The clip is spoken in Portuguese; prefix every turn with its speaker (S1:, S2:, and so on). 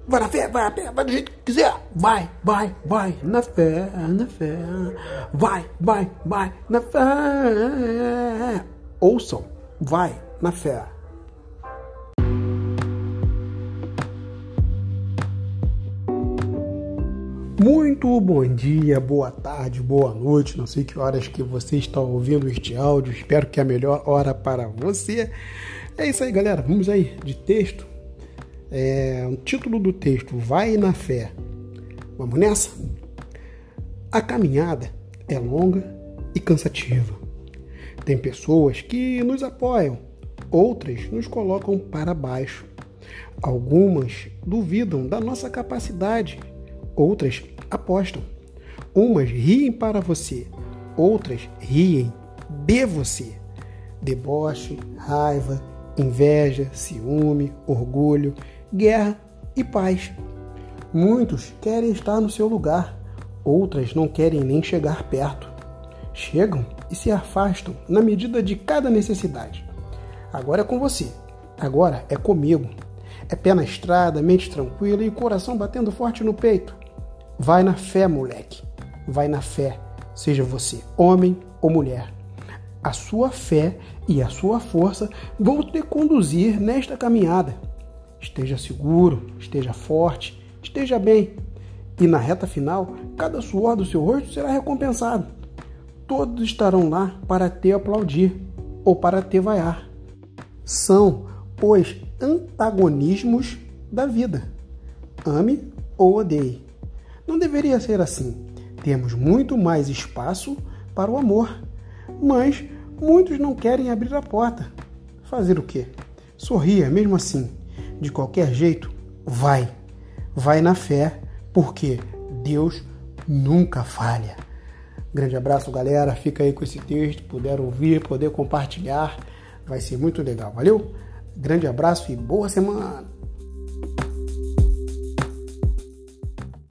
S1: Vai na fé, vai a pé, vai do jeito que quiser. Vai, na fé, na fé. Vai, na fé. Ouçam, vai na fé. Muito bom dia, boa tarde, boa noite. Não sei que horas que você está ouvindo este áudio. Espero que é a melhor hora para você. É isso aí, galera. Vamos aí de texto. O título do texto, Vai na Fé. Vamos nessa? A caminhada é longa e cansativa. Tem pessoas que nos apoiam, outras nos colocam para baixo. Algumas duvidam da nossa capacidade, outras apostam. Umas riem para você, outras riem de você. Deboche, raiva, inveja, ciúme, orgulho, guerra e paz. Muitos querem estar no seu lugar, outras não querem nem chegar perto. Chegam e se afastam na medida de cada necessidade. Agora é com você, agora é comigo. É pé na estrada, mente tranquila e o coração batendo forte no peito. Vai na fé, moleque. Vai na fé, seja você homem ou mulher. A sua fé e a sua força vão te conduzir nesta caminhada. Esteja seguro, esteja forte, esteja bem. E na reta final, cada suor do seu rosto será recompensado. Todos estarão lá para te aplaudir ou para te vaiar. São os antagonismos da vida. Ame ou odeie. Não deveria ser assim. Temos muito mais espaço para o amor. Mas muitos não querem abrir a porta. Fazer o quê? Sorria mesmo assim. De qualquer jeito, vai. Vai na fé, porque Deus nunca falha. Grande abraço, galera. Fica aí com esse texto. Puder ouvir, poder compartilhar. Vai ser muito legal. Valeu? Grande abraço e boa semana.